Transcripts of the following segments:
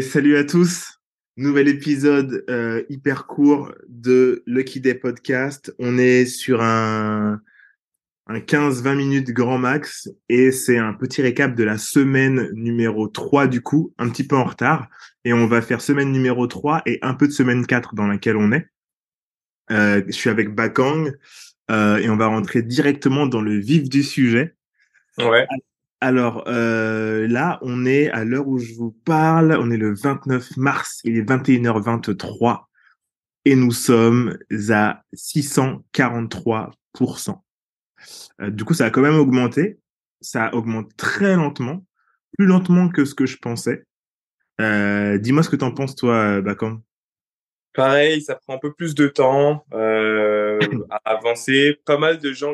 Allez, salut à tous. Nouvel épisode hyper court de Lucky Day Podcast. On est sur un 15-20 minutes grand max et c'est un petit récap de la semaine numéro 3 du coup, un petit peu en retard. Et on va faire semaine numéro 3 et un peu de semaine 4 dans laquelle on est. Je suis avec Bakang et on va rentrer directement dans le vif du sujet. Ouais, Alors là, on est à l'heure où je vous parle, on est le 29 mars, il est 21h23 et nous sommes à 643%. Du coup, ça a quand même augmenté. Ça augmente très lentement, plus lentement que ce que je pensais. Dis-moi ce que t'en penses, toi, Bakam. pareil, ça prend un peu plus de temps à avancer. Pas mal de gens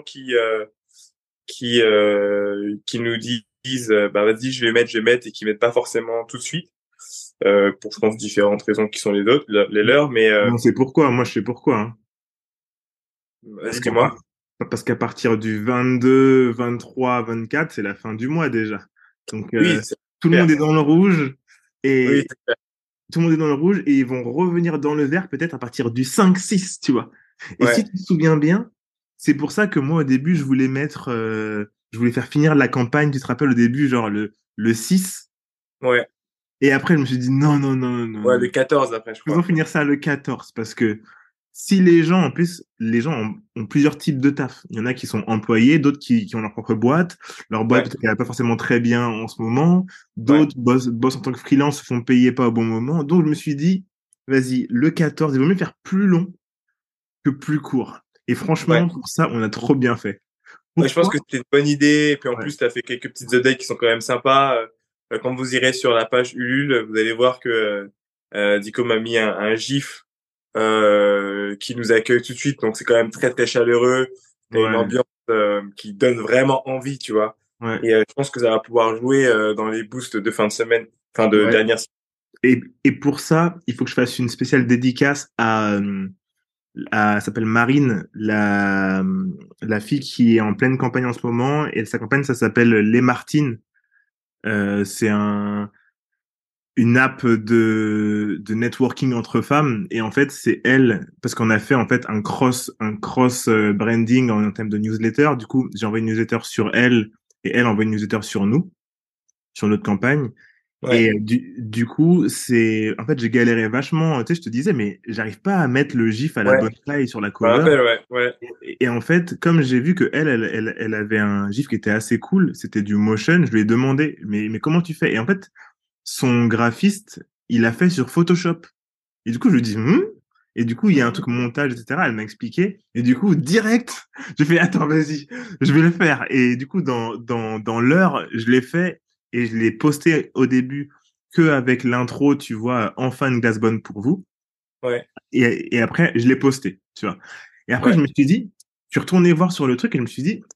qui nous disent bah vas-y, je vais mettre et qui mettent pas forcément tout de suite pour je pense différentes raisons qui sont les leurs. Mais Non, c'est pourquoi. Moi, je sais pourquoi. Hein. Parce qu'à dis-moi. parce qu'à partir du 22, 23, 24, c'est la fin du mois déjà. Donc, Oui, c'est tout le clair. monde est dans le rouge. Oui, Et tout le monde est dans le rouge et ils vont revenir dans le vert peut-être à partir du 5-6, tu vois. Et si ouais, tu te souviens bien, c'est pour ça que moi au début je voulais faire finir la campagne, tu te rappelles au début, genre le 6, ouais, et après je me suis dit non, non, non, non, ouais, non, le 14 après, je faisons crois. finir ça le 14 parce que si les gens, en plus, les gens ont plusieurs types de taf. Il y en a qui sont employés, d'autres qui ont leur propre boîte. Leur boîte, Ouais, peut-être qu'elle va pas forcément très bien en ce moment. ouais, D'autres bossent en tant que freelance, se font payer pas au bon moment. Donc, je me suis dit, vas-y, le 14, il vaut mieux faire plus long que plus court. Et ouais. franchement, pour ça, on a trop bien fait. Ouais, je pense Pourquoi? que c'était une bonne idée. Et puis en Ouais. plus, tu as fait quelques petites updates qui sont quand même sympas. Quand vous irez sur la page Ulule, vous allez voir que Dico m'a mis un GIF qui nous accueille tout de suite. Donc c'est quand même très très chaleureux. T'as une Ouais. ambiance qui donne vraiment envie, tu vois. Ouais. Et je pense que ça va pouvoir jouer dans les boosts de fin de semaine, fin de Ouais. dernière. Et pour ça, il faut que je fasse une spéciale dédicace elle s'appelle Marine, la fille qui est en pleine campagne en ce moment. Et sa campagne, ça s'appelle Les Martines. C'est une app de networking entre femmes. Et en fait, c'est elle, parce qu'on a fait en fait un cross branding en termes de newsletter. Du coup, j'ai envoyé une newsletter sur elle et elle envoie une newsletter sur nous, sur notre campagne. Ouais, Et du coup, en fait, j'ai galéré vachement. Tu sais, je te disais, mais j'arrive pas à mettre le gif à la ouais. bonne taille sur la Je me cover. rappelle, ouais, ouais, Et en fait, comme j'ai vu que elle avait un gif qui était assez cool, c'était du motion, je lui ai demandé, mais comment tu fais? Et en fait, son graphiste, il a fait sur Photoshop. Et du coup, je lui dis, Et du coup, il y a un truc montage, etc. Elle m'a expliqué. Et du coup, direct, j'ai fait, attends, vas-y, je vais le faire. Et du coup, dans l'heure, je l'ai fait et je l'ai posté au début que avec l'intro, tu vois, enfin une glace bonne pour vous. ouais, Et après, je l'ai posté, tu vois. Et après, je ouais, me suis dit, je suis retourné voir sur le truc et je me suis dit,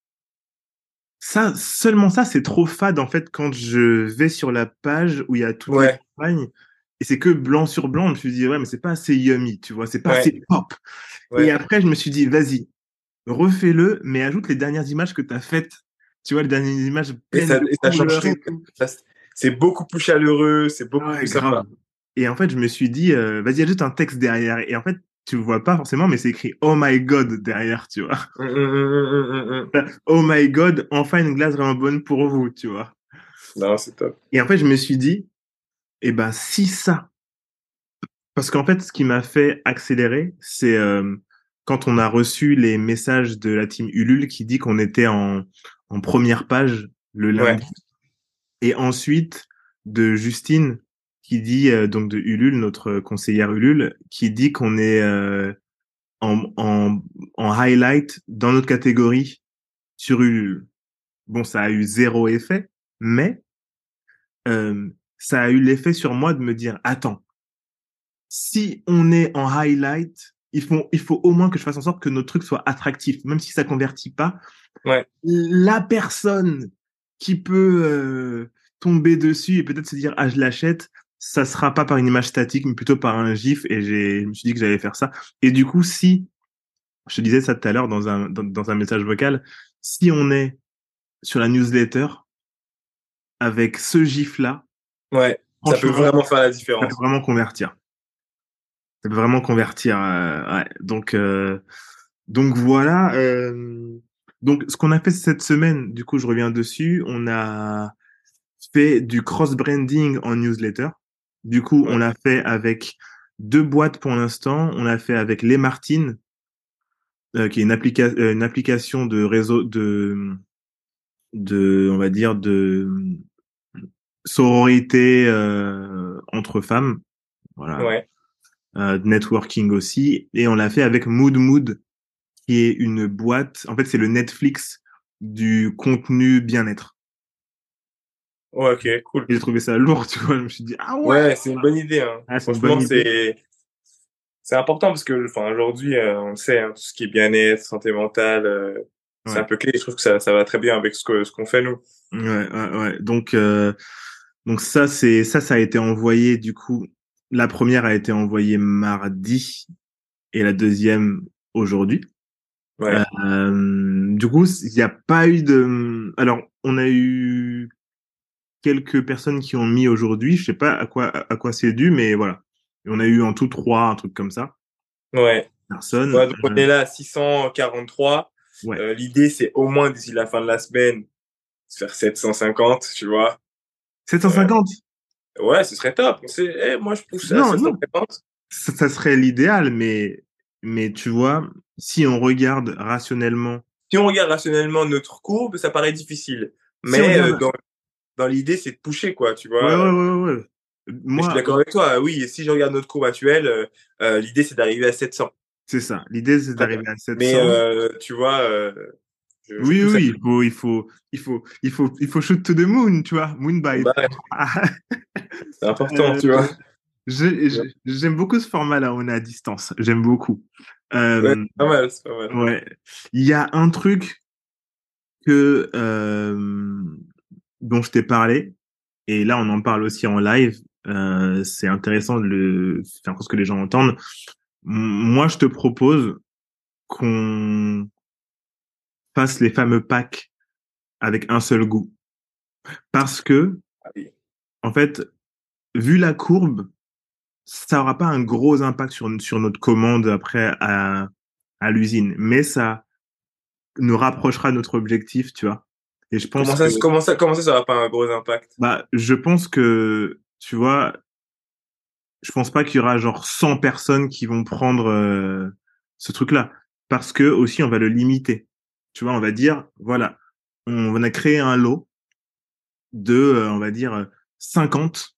ça, seulement ça, c'est trop fade, en fait, quand je vais sur la page où il y a toutes les ouais, campagnes et c'est que blanc sur blanc. Je me suis dit, ouais, mais c'est pas assez yummy, tu vois, c'est pas ouais, assez pop. Et ouais. après, je me suis dit, vas-y, refais-le, mais ajoute les dernières images que tu as faites. Tu vois, les dernières images pleines de Et ça change couleurs tout. et tout. C'est beaucoup plus chaleureux, c'est beaucoup plus Ouais, sympa. grave. Et en fait, je me suis dit, vas-y, ajoute un texte derrière. Et en fait, tu le vois pas forcément, mais c'est écrit Oh my God derrière, tu vois. Oh my God, enfin une glace vraiment bonne pour vous, tu vois. Non, c'est top. Et en fait, je me suis dit, eh ben, si ça. Parce qu'en fait, ce qui m'a fait accélérer, c'est quand on a reçu les messages de la team Ulule qui dit qu'on était en première page le Ouais, lundi. Et ensuite, de Justine, qui dit, donc de Ulule, notre conseillère Ulule, qui dit qu'on est en, en, en highlight dans notre catégorie sur Ulule. Bon, ça a eu zéro effet, mais ça a eu l'effet sur moi de me dire, attends, si on est en highlight, il faut au moins que je fasse en sorte que notre truc soit attractif, même si ça convertit pas. ouais, La personne qui peut tomber dessus et peut-être se dire ah je l'achète, ça sera pas par une image statique mais plutôt par un gif et je me suis dit que j'allais faire ça. Et du coup si je te disais ça tout à l'heure dans un message vocal, si on est sur la newsletter avec ce gif là, ouais. Ça peut franchement, vraiment faire la ça peut différence. vraiment convertir. Ça peut vraiment convertir. Ouais. Donc voilà. Donc ce qu'on a fait cette semaine, du coup, je reviens dessus. On a fait du cross-branding en newsletter. Du coup, on Ouais. l'a fait avec deux boîtes pour l'instant. On l'a fait avec Les Martines, qui est une application de réseau on va dire, de sororité entre femmes. Voilà. Ouais. De networking aussi. Et on l'a fait avec Mood Mood, qui est une boîte. En fait, c'est le Netflix du contenu bien-être. Ouais, ok, cool. Et j'ai trouvé ça lourd, tu vois. Je me suis dit, ah ouais, Ouais, c'est une bonne idée, hein. ah, c'est une bonne Franchement, idée. c'est important parce que, enfin, aujourd'hui, on le sait, hein, tout ce qui est bien-être, santé mentale, c'est un Ouais. peu clé. Je trouve que ça va très bien avec ce qu'on fait nous. Ouais. Donc ça a été envoyé, du coup, la première a été envoyée mardi et la deuxième aujourd'hui. Ouais. Du coup, il n'y a pas eu de... Alors, on a eu quelques personnes qui ont mis aujourd'hui, je sais pas à quoi c'est dû, mais voilà. Et on a eu en tout trois, un truc comme ça. Ouais. Personne. Ouais, donc on est là à 643. Ouais. L'idée, c'est au moins d'ici la fin de la semaine, se faire 750, tu vois. Euh, 750? ouais, ce serait top. Moi, je pousse à Non, non. 750. Ça serait l'idéal, mais tu vois, si on regarde rationnellement, Si on regarde rationnellement notre courbe, ça paraît difficile. si on Mais regarde, dans l'idée, c'est de pousser, quoi, tu vois. ouais. Mais je suis Moi, d'accord avec toi. Oui, si je regarde notre courbe actuelle, l'idée, c'est d'arriver à 700. c'est ça. L'idée, c'est Très bien. d'arriver à Mais 700. tu vois, je Oui, pousse à... oui, il faut shoot to the moon, tu vois, moon bite. Bah, ouais, c'est important, Euh, tu vois. j'aime beaucoup ce format-là, on est à distance. J'aime beaucoup. Ouais, Euh, c'est pas mal, c'est pas mal. ouais. Il y a un truc que, dont je t'ai parlé, et là, on en parle aussi en live. C'est intéressant de le faire pour ce que les gens entendent. Moi, je te propose qu'on fasse les fameux packs avec un seul goût. Parce que, Ah oui. en fait, vu la courbe, ça aura pas un gros impact sur notre commande après à l'usine, mais ça nous rapprochera de notre objectif, tu vois. Et je pense que, Ça aura pas un gros impact? bah, je pense que, tu vois, je pense pas qu'il y aura genre 100 personnes qui vont prendre ce truc-là. Parce que aussi, on va le limiter. Tu vois, on va dire, voilà, on a créé un lot de, on va dire, 50,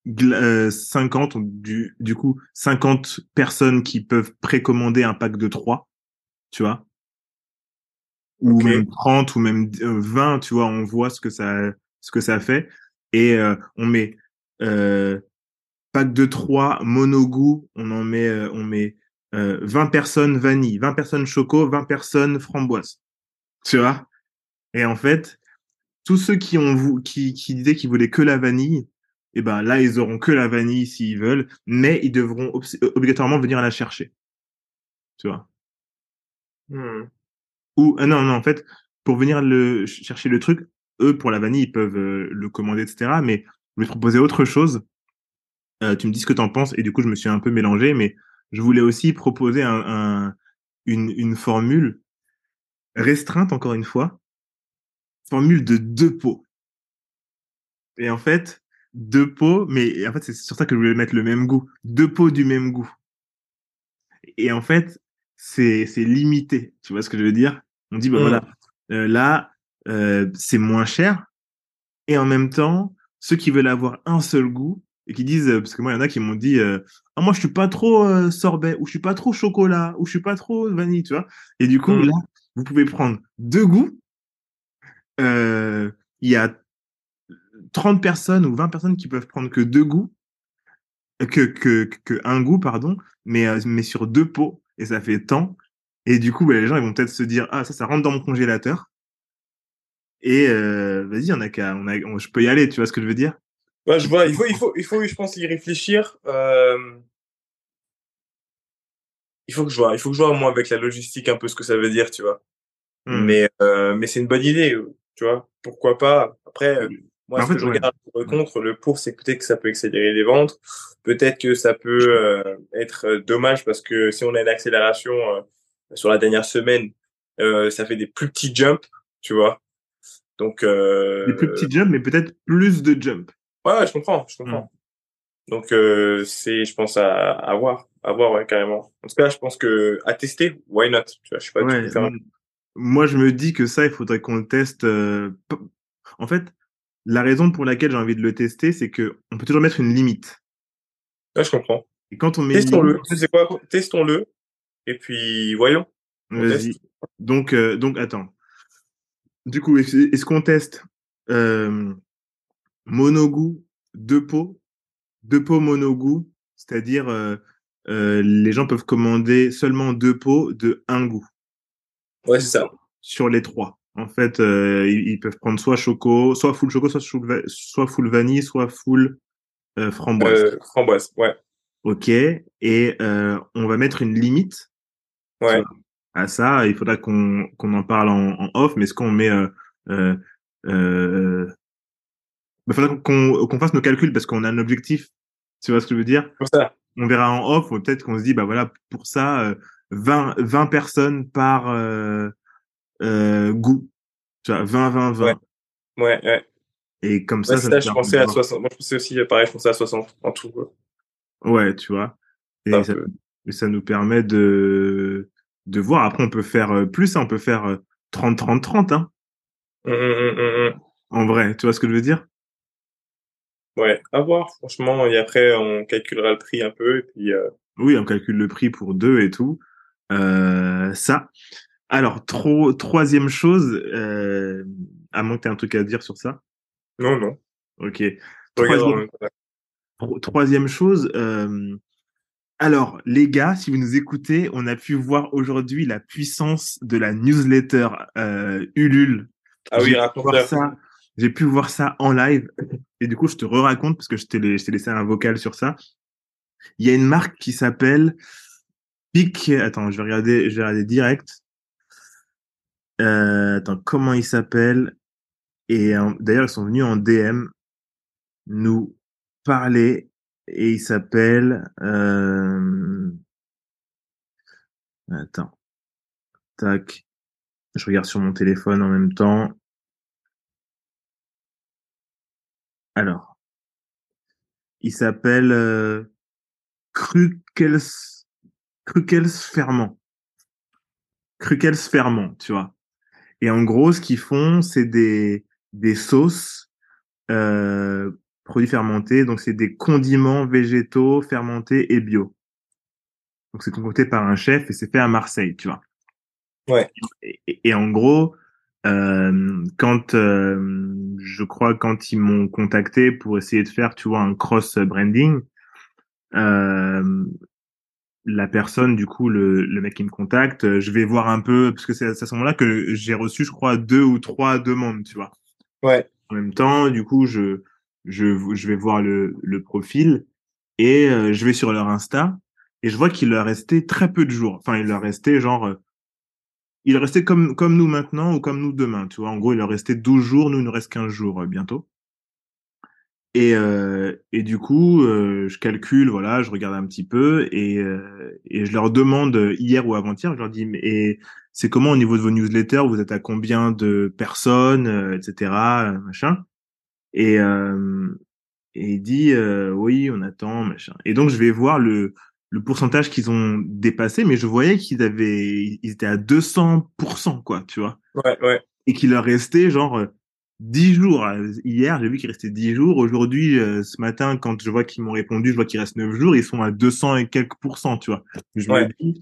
50, du coup, 50 personnes qui peuvent précommander un pack de 3, tu vois, ou Ok, même 30, ou même 20, tu vois, on voit ce que ça fait. Et on met pack de 3 monogoût, on met 20 personnes vanille, 20 personnes choco, 20 personnes framboise, tu vois. Et en fait, tous ceux qui disaient qu'ils voulaient que la vanille, et ben là, ils auront que la vanille s'ils veulent, mais ils devront obligatoirement venir la chercher, tu vois. hmm. Ou non, en fait, pour venir chercher le truc, eux, pour la vanille, ils peuvent le commander, etc. Mais je vais te proposer autre chose. Tu me dis ce que tu en penses, et du coup, je me suis un peu mélangé, mais je voulais aussi proposer une formule restreinte, encore une fois, formule de deux pots. Et en fait, deux pots, mais en fait, c'est sur ça que je voulais mettre le même goût. Deux pots du même goût. Et en fait, c'est limité. Tu vois ce que je veux dire? On dit, bah Hmm. voilà, là, c'est moins cher. Et en même temps, ceux qui veulent avoir un seul goût, et qui disent, parce que moi, il y en a qui m'ont dit, ah, moi, je suis pas trop sorbet, ou je suis pas trop chocolat, ou je suis pas trop vanille, tu vois. Et du coup, Hmm. là, vous pouvez prendre deux goûts. Il y a 30 personnes ou 20 personnes qui peuvent prendre que deux goûts, que un goût, pardon, mais sur deux pots, et ça fait tant. Et du coup, bah, les gens, ils vont peut-être se dire, ah, ça rentre dans mon congélateur, et vas-y, je peux y aller, tu vois ce que je veux dire? Ouais, je vois, je pense, y réfléchir. Il faut que je vois, moi, avec la logistique, un peu ce que ça veut dire, tu vois. Hmm. Mais c'est une bonne idée, tu vois. Pourquoi pas? Après, Moi, Mais en ce que fait, je ouais. regarde pour le contre, le pour, c'est que peut-être que ça peut accélérer les ventes. Peut-être que ça peut être dommage parce que si on a une accélération sur la dernière semaine, ça fait des plus petits jumps, tu vois. Donc, Des plus petits jumps, mais peut-être plus de jumps. ouais, ouais, je comprends, je Hmm. comprends. Donc, c'est, je pense, à voir, ouais, carrément. En tout cas, je pense que à tester, why not? Tu vois, je suis pas du tout Ouais. fermé. Moi, je me dis que ça, il faudrait qu'on le teste. En fait, la raison pour laquelle j'ai envie de le tester, c'est que on peut toujours mettre une limite. Ouais, je comprends. Et quand on met une limite, Testons-le. en Tu fait, sais quoi? Testons-le. Et puis, voyons. On vas-y. teste. Donc, attends. Du coup, est-ce qu'on teste euh, monogou, deux pots monogou, c'est-à-dire les gens peuvent commander seulement deux pots de un goût Ouais, c'est ça. sur les trois. En fait, ils peuvent prendre soit full choco, soit full vanille, soit full framboise. Framboise. Ouais. Ok. Et on va mettre une limite, tu vois, Ouais. à ça. Il faudra qu'on en parle en off, mais est-ce qu'on met euh, euh, il faudra qu'on fasse nos calculs parce qu'on a un objectif. Tu vois ce que je veux dire? Comme ça. On verra en off, ou peut-être qu'on se dit, bah voilà, pour ça, 20 personnes par goût. Tu vois, 20. Ouais. Ouais, ouais. Et comme Ouais, ça c'est nous ça, je permet pensais de à voir. 60. Moi, je pensais aussi, pareil, je pensais à 60 en tout. Ouais, tu vois. C'est Et un ça, peu. et ça nous permet de voir. Après, on peut faire plus, hein, on peut faire 30 hein, Hum. en vrai. Tu vois ce que je veux dire? Ouais, à voir, franchement. Et après, on calculera le prix un peu. Et puis, Oui, on calcule le prix pour deux et tout. Ça. Alors, troisième chose, à moins que t'aies un truc à dire sur ça. non, non. Ok. Regarde en Troisième, même temps. troisième chose, alors, les gars, si vous nous écoutez, on a pu voir aujourd'hui la puissance de la newsletter Ulule. Ah J'ai oui, pu voir raconteur. ça, j'ai pu voir ça en live. Et du coup, je te re-raconte parce que je t'ai laissé un vocal sur ça. Il y a une marque qui s'appelle Pic. Attends, je vais regarder direct. Attends, comment il s'appelle? Et d'ailleurs, ils sont venus en DM nous parler. Et il s'appelle. Attends, tac. Je regarde sur mon téléphone en même temps. Alors, il s'appelle Krukels, Krukels Ferment. Krukels Ferment, tu vois. Et en gros, ce qu'ils font, c'est des sauces, euh, produits fermentés. Donc, c'est des condiments végétaux fermentés et bio. Donc, c'est concocté par un chef et c'est fait à Marseille, tu vois. Ouais. Et en gros, quand je crois quand ils m'ont contacté pour essayer de faire, tu vois, un cross branding, euh, la personne, du coup, le mec qui me contacte, je vais voir un peu, parce que c'est à ce moment-là que j'ai reçu, je crois, deux ou trois demandes, tu vois. Ouais. En même temps, du coup, je vais voir le profil et je vais sur leur Insta et je vois qu'il leur restait très peu de jours. Enfin, il leur restait genre, il leur restait comme nous maintenant ou comme nous demain, tu vois. En gros, il leur restait 12 jours, nous, il nous reste 15 jours bientôt. Et du coup, je calcule, voilà, je regarde un petit peu et je leur demande hier ou avant-hier, je leur dis, mais et c'est comment au niveau de vos newsletters, vous êtes à combien de personnes, etc., machin. Et, euh, et il dit, oui, on attend, machin. Et donc, je vais voir le pourcentage qu'ils ont dépassé, mais je voyais ils étaient à 200%, quoi, tu vois Ouais, ouais. et qu'il leur restait genre 10 jours. Hier, j'ai vu qu'il restait 10 jours. Aujourd'hui, ce matin, quand je vois qu'ils m'ont répondu, je vois qu'il reste 9 jours. Ils sont à 200 et quelques pourcents, tu vois. Je me Ouais. dis,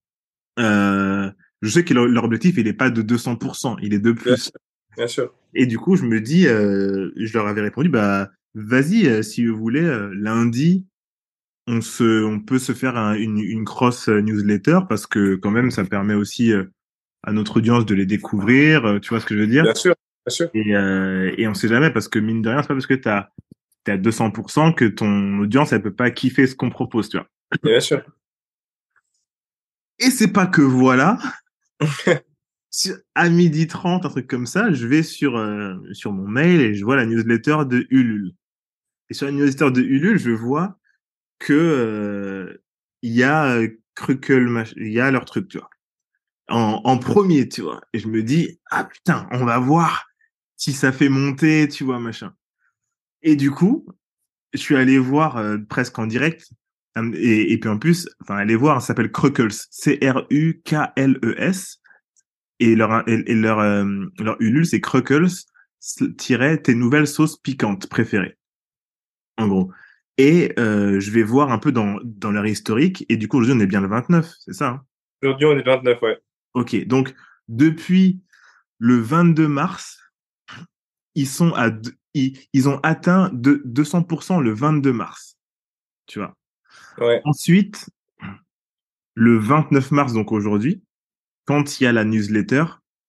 je sais que leur objectif, il est pas de 200%, il est de Bien plus. sûr. Bien sûr. Et du coup, je me dis, je leur avais répondu, bah, vas-y, si vous voulez, lundi, on peut se faire une cross newsletter parce que quand même, ça permet aussi à notre audience de les découvrir. Tu vois ce que je veux dire? Bien sûr. Bien sûr. Et on sait jamais parce que mine de rien, c'est pas parce que t'es à 200% que ton audience, elle peut pas kiffer ce qu'on propose, tu vois. Bien sûr. Et c'est pas que voilà. À 12h30, un truc comme ça, je vais sur mon mail et je vois la newsletter de Ulule. Et sur la newsletter de Ulule, je vois que il y a il y a leur truc, tu vois, en premier, tu vois. Et je me dis, ah putain, on va voir si ça fait monter, tu vois, machin. Et du coup, je suis allé voir presque en direct. Et puis en plus, enfin, aller voir, ça s'appelle Cruckles, Crukles. Et leur Ulule, c'est Cruckles tes nouvelles sauces piquantes préférées, en gros. Et je vais voir un peu dans leur historique. Et du coup, aujourd'hui, on est bien le 29, c'est ça, hein? Aujourd'hui, on est 29, ouais. Ok, donc depuis le 22 mars, ils ont atteint 200% le 22 mars, tu vois. Ouais, Ensuite, le 29 mars, donc aujourd'hui, quand il y a la newsletter,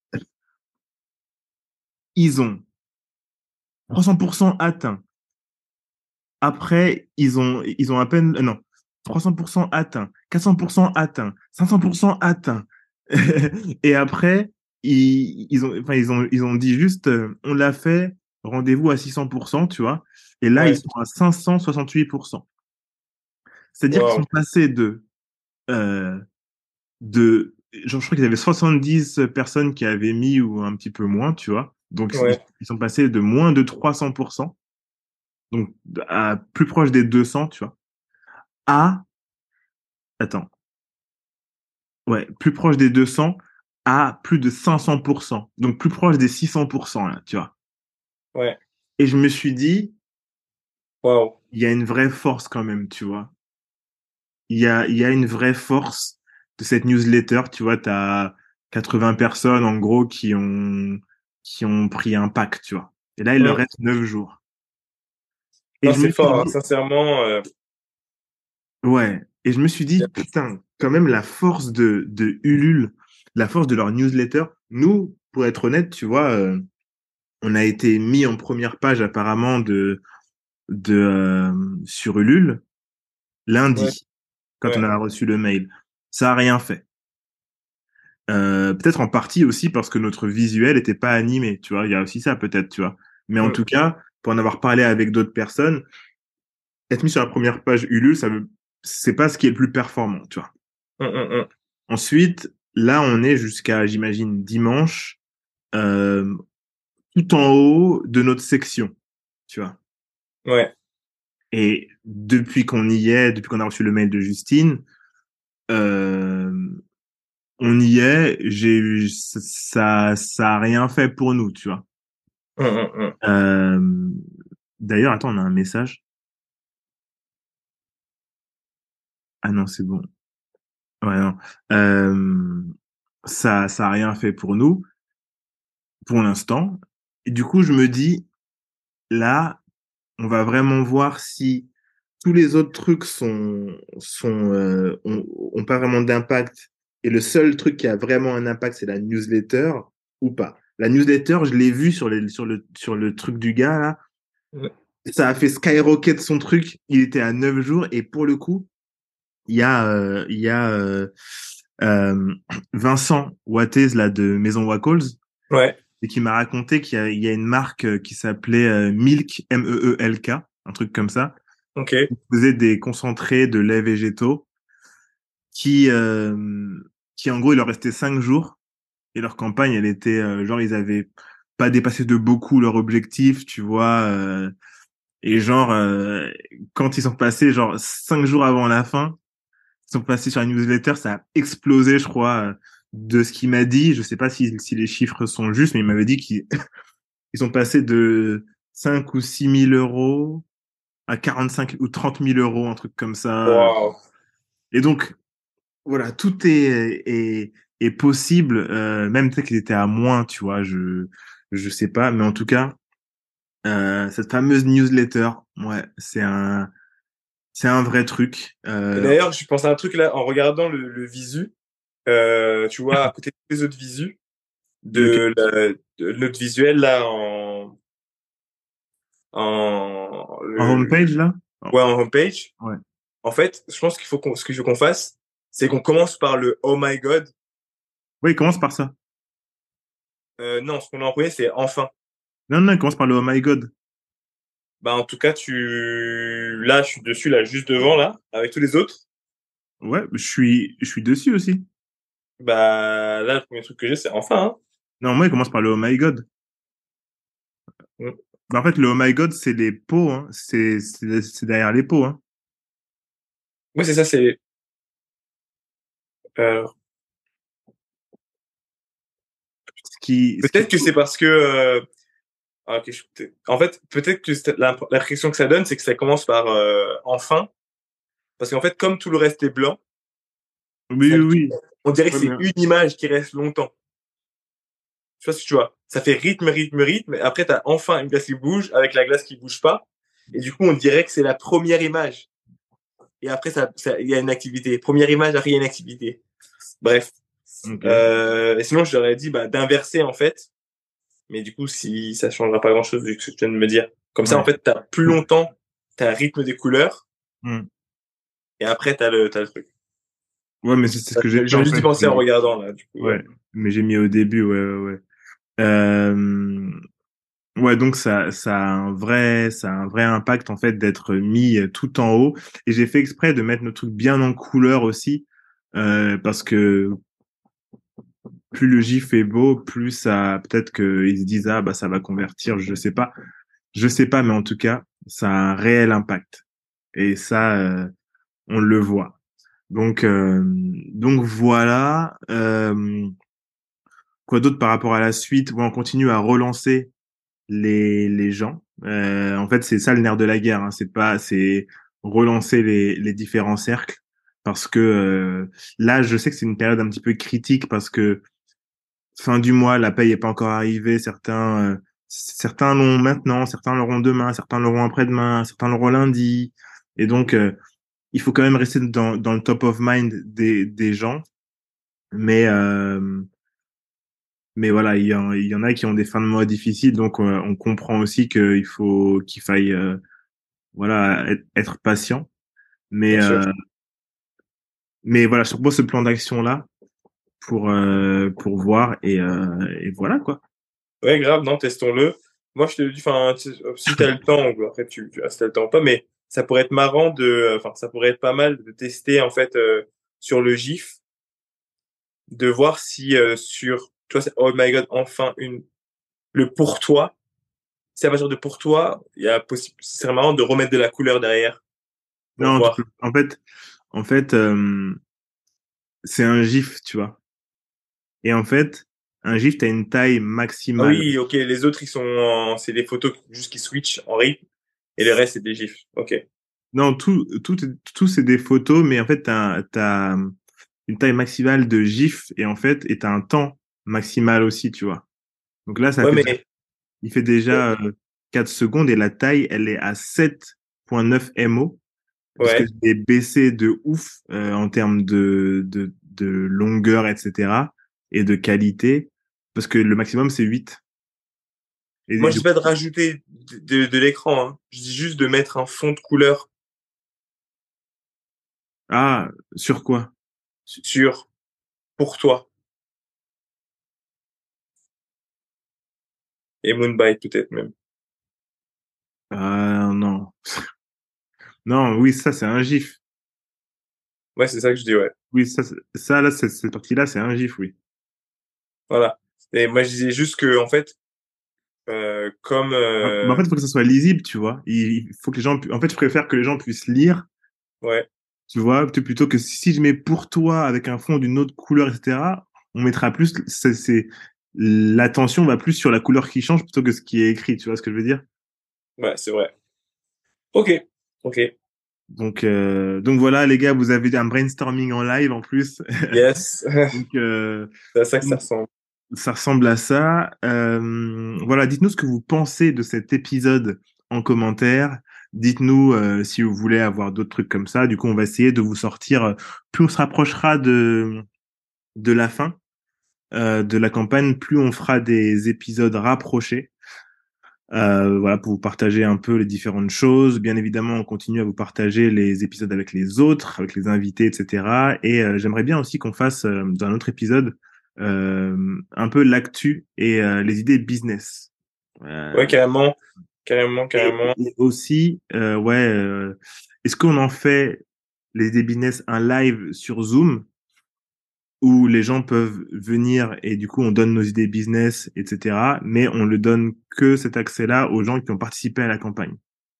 ils ont 300% atteint. Après, ils ont à peine, non, 300% atteint, 400% atteint, 500% atteint. Et après, ils ont dit juste, on l'a fait, rendez-vous à 600%, tu vois. Et là, ils ouais. sont à 568%. C'est-à-dire qu'ils Wow. sont passés euh, genre, je crois qu'ils avaient 70 personnes qui avaient mis ou un petit peu moins, tu vois. Donc, ils, Ouais. ils sont passés de moins de 300%, donc à plus proche des 200, tu vois, à, attends, ouais, plus proche des 200 à plus de 500%, donc plus proche des 600%, là, tu vois. Ouais. Et je me suis dit, Wow. il y a une vraie force quand même, tu vois. Il y a une vraie force de cette newsletter, tu vois, t'as 80 personnes, en gros, qui ont pris un pack, tu vois. Et là, il leur Mm. reste 9 jours. Et Non, je me c'est suis fort, hein. dit, Sincèrement, ouais, et je me suis dit, putain, quand même, la force de Ulule, la force de leur newsletter, nous, pour être honnête, tu vois, on a été mis en première page apparemment sur Ulule ouais, lundi, quand on ouais. a reçu le mail. Ça a rien fait. Peut-être en partie aussi parce que notre visuel n'était pas animé, tu vois. Il y a aussi ça peut-être, tu vois. Mais en Mm. tout cas, pour en avoir parlé avec d'autres personnes, être mis sur la première page Ulule, c'est pas ce qui est le plus performant, tu vois. Mm, mm, mm. Ensuite, là, on est jusqu'à, j'imagine, dimanche, euh, tout en haut de notre section, tu vois. Ouais. Et depuis qu'on y est, depuis qu'on a reçu le mail de Justine, euh, on y est. Ça a rien fait pour nous, tu vois. Mm, mm, mm. Euh, D'ailleurs, attends, on a un message. Ah non, c'est bon. Ouais, non. Euh, ça a rien fait pour nous, pour l'instant. Et du coup, je me dis, là, on va vraiment voir si tous les autres trucs ont pas vraiment d'impact et le seul truc qui a vraiment un impact, c'est la newsletter ou pas. La newsletter, je l'ai vu sur le truc du gars, là. Mm. Ça a fait skyrocket son truc. Il était à 9 jours et pour le coup, il y a euh, Vincent Wattez, là, de Maison Wacols, Ouais. et qui m'a raconté qu'il y a une marque qui s'appelait Milk, Meelk, un truc comme ça, Ok. qui faisait des concentrés de lait végétaux qui, euh, qui en gros, il leur restait 5 jours et leur campagne, elle était, genre, ils avaient pas dépassé de beaucoup leur objectif, tu vois, et genre, quand ils sont passés, genre, 5 jours avant la fin, ils sont passés sur la newsletter, ça a explosé, je crois, de ce qu'il m'a dit. Je sais pas si les chiffres sont justes, mais il m'avait dit qu'ils ils sont passés de 5 ou 6 000 euros à 45 ou 30 000 euros, un truc comme ça. Wow. Et donc, voilà, tout est possible, même peut-être qu'ils étaient à moins, tu vois, je sais pas, mais en tout cas, cette fameuse newsletter, ouais, c'est un vrai truc. Et d'ailleurs, je pense à un truc là, en regardant le visu, tu vois, à côté des autres visus, lequel- de notre visuel là en homepage, là? Oh, ouais, en homepage. ouais. En fait, je pense ce qu'il faut qu'on fasse, c'est qu'on commence par le Oh my God. Oui, commence par ça. Non, ce qu'on a en premier, c'est enfin. Non, non, il commence par le Oh my God. Bah, en tout cas, là, je suis dessus, là, juste devant, là, avec tous les autres. Ouais, je suis dessus aussi. Bah, là, le premier truc que j'ai, c'est enfin, hein. Non, moi, il commence par le Oh my God. Mm. Bah, en fait, le Oh my God, c'est les pots, hein. C'est derrière les pots, hein. Oui, c'est ça, euh, Ce qui peut-être que c'est parce que, ok, en fait, peut-être que l'impression que ça donne, c'est que ça commence par, enfin. Parce qu'en fait, comme tout le reste est blanc, Oui, oui, oui. on dirait que Ouais, mais c'est une image qui reste longtemps. Je sais pas si tu vois. Ça fait rythme, rythme, rythme. Et après, t'as enfin une glace qui bouge avec la glace qui bouge pas. Et du coup, on dirait que c'est la première image. Et après, il y a une activité. Première image, après, il y a une activité. Bref. ok. Et sinon, je leur ai dit bah, d'inverser, en fait. Mais du coup, si ça changera pas grand-chose vu que tu viens de me dire. Comme ça, en Ouais. fait, t'as plus longtemps, t'as le rythme des couleurs. Hmm. Et après, t'as le truc. Ouais, mais c'est ce que j'ai fait, J'aurais en juste fait. dû penser en regardant, là, du coup. Ouais. Mais j'ai mis au début, ouais, ouais, ouais. Euh, Ouais, donc ça a un vrai impact en fait d'être mis tout en haut. Et j'ai fait exprès de mettre nos trucs bien en couleur aussi, parce que plus le gif est beau, plus ça, peut-être qu'ils se disent ah bah ça va convertir, je sais pas, mais en tout cas ça a un réel impact. Et ça, on le voit. Donc voilà. Quoi d'autre par rapport à la suite? Ouais, on continue à relancer les gens. En fait, c'est ça le nerf de la guerre. Hein. C'est relancer les différents cercles parce que là, je sais que c'est une période un petit peu critique parce que fin du mois, la paye est pas encore arrivée. Certains l'ont maintenant, certains l'auront demain, certains l'auront après-demain, certains l'auront lundi. Et donc, il faut quand même rester dans le top of mind des gens. Mais mais voilà, il y en a qui ont des fins de mois difficiles, donc on comprend aussi qu'il faille voilà être patient. Mais Bien sûr. mais voilà, je propose ce plan d'action là pour voir et voilà quoi. Ouais, grave, non, testons-le. Moi, je te dis, enfin, si t'as le temps, ou après, si t'as le temps ou pas, mais ça pourrait être marrant enfin, ça pourrait être pas mal de tester, en fait, sur le GIF, de voir si, tu vois, oh my god, enfin, le pour toi, si à partir de pour toi, il y a possible, ce serait marrant de remettre de la couleur derrière, pour Non, voir. en fait, c'est un GIF, tu vois. Et en fait, un GIF, t'as une taille Ah maximale. oui, ok, les autres, c'est des photos juste qui switchent en rythme, et le reste, c'est des GIFs. Ok. Non, tout c'est des photos, mais en fait, t'as une taille maximale de GIF et t'as un temps maximal aussi, tu vois. Donc là, Ouais, mais, il fait déjà 4 secondes et la taille, elle est à 7,9 MO, parce que ouais. j'ai baissé de ouf en termes de longueur, etc. et de qualité, parce que le maximum, c'est 8. Moi, Et je du dis coup, pas de rajouter de l'écran, hein. Je dis juste de mettre un fond de couleur ah, sur quoi? sur pour toi et Moonbite peut-être même. Ah, non. Non, oui, ça, c'est un GIF. Ouais, c'est ça que je dis, ouais. Oui, là, cette partie-là, c'est un GIF, oui. Voilà. Et moi, je disais juste que, en fait, comme, Mais en fait, il faut que ça soit lisible, tu vois. Il faut que les gens, en fait, je préfère que les gens puissent lire, ouais, tu vois, plutôt que si je mets pour toi avec un fond d'une autre couleur, etc., on mettra plus, l'attention va plus sur la couleur qui change plutôt que ce qui est écrit, tu vois ce que je veux dire? ouais, c'est vrai. Ok, ok, Donc voilà, les gars, vous avez un brainstorming en live en plus. yes. Donc, C'est à ça que ça donc, ressemble. ça ressemble à ça. Voilà, dites-nous ce que vous pensez de cet épisode en commentaire. Dites-nous si vous voulez avoir d'autres trucs comme ça. Du coup, on va essayer de vous sortir. Plus on se rapprochera de la fin de la campagne, plus on fera des épisodes rapprochés. Voilà, pour vous partager un peu les différentes choses. Bien évidemment, on continue à vous partager les épisodes avec les autres, avec les invités, etc. Et j'aimerais bien aussi qu'on fasse dans un autre épisode un peu l'actu et les idées business. Ouais, Euh, carrément, carrément, carrément. et aussi, est-ce qu'on en fait les idées business un live sur Zoom où les gens peuvent venir et du coup on donne nos idées business, etc. Mais on ne donne que cet accès-là aux gens qui ont participé à la campagne.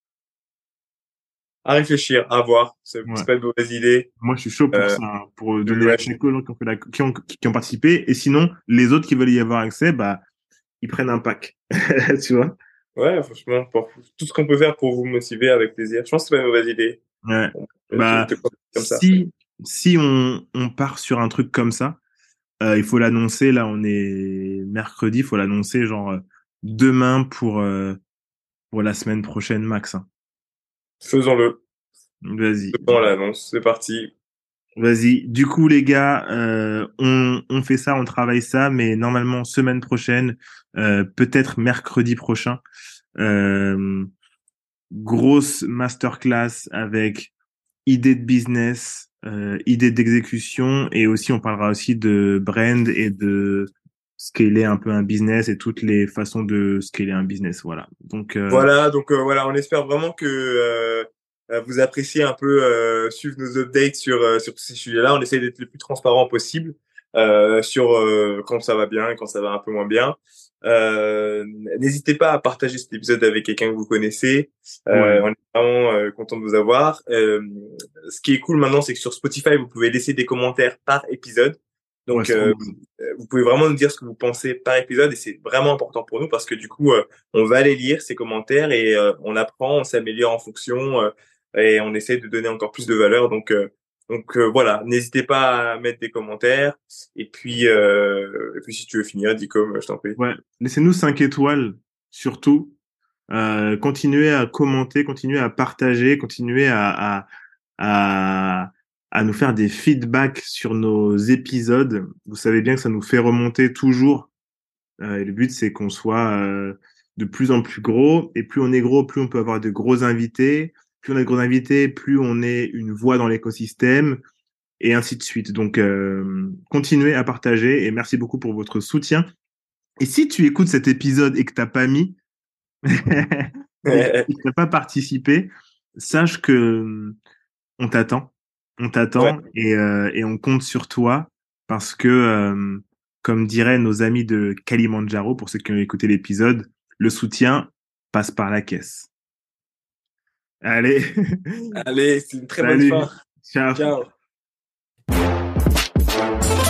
À réfléchir, à voir. C'est Ouais. pas une mauvaise idée. Moi, je suis chaud pour Euh, ça, hein, pour donner ouais, l'accès aux gens qui ont, fait qui ont participé. Et sinon, les autres qui veulent y avoir accès, bah, ils prennent un pack. Tu vois? ouais, franchement, pour tout ce qu'on peut faire pour vous motiver avec plaisir. Je pense que c'est pas une mauvaise idée. Ouais. Bon, Bah, te conseille comme ça. si on part sur un truc comme ça, il faut l'annoncer. Là, on est mercredi, il faut l'annoncer genre demain pour la semaine prochaine max, hein. Faisons-le. Vas-y. Faisons l'annonce. C'est parti. Vas-y. Du coup, les gars, on fait ça, on travaille ça, mais normalement semaine prochaine, peut-être mercredi prochain, euh, grosse masterclass avec idées de business, idées d'exécution, et aussi on parlera aussi de brand et de scaler un peu un business et toutes les façons de scaler un business. Voilà. Donc, Voilà, donc voilà, on espère vraiment que vous appréciez un peu suivre nos updates sur tous ces sujets-là. On essaie d'être le plus transparent possible sur quand ça va bien et quand ça va un peu moins bien. Euh, N'hésitez pas à partager cet épisode avec quelqu'un que vous connaissez. ouais, On est vraiment content de vous avoir. Ce qui est cool maintenant, c'est que sur Spotify, vous pouvez laisser des commentaires par épisode. ouais, Donc, c'est trop bien. vous pouvez vraiment nous dire ce que vous pensez par épisode et c'est vraiment important pour nous parce que du coup, on va aller lire ces commentaires et on apprend, on s'améliore en fonction et on essaie de donner encore plus de valeur. Donc voilà, n'hésitez pas à mettre des commentaires et puis si tu veux finir, dis comme je t'en prie. Ouais, laissez-nous 5 étoiles, surtout. Continuez à commenter, continuez à partager, continuez à, à nous faire des feedbacks sur nos épisodes. Vous savez bien que ça nous fait remonter toujours. Et le but, c'est qu'on soit de plus en plus gros. Et plus on est gros, plus on peut avoir de gros invités. Plus on a de gros invités, plus on est une voix dans l'écosystème, et ainsi de suite. Donc, continuez à partager et merci beaucoup pour votre soutien. Et si tu écoutes cet épisode et que t'as pas mis, et que tu n'as pas participé, sache que on t'attend. On Ouais, t'attend et on compte sur toi parce que, comme diraient nos amis de Kalimandjaro, pour ceux qui ont écouté l'épisode, le soutien passe par la caisse. Allez, allez, c'est une très bonne fin. salut, ciao. Ciao.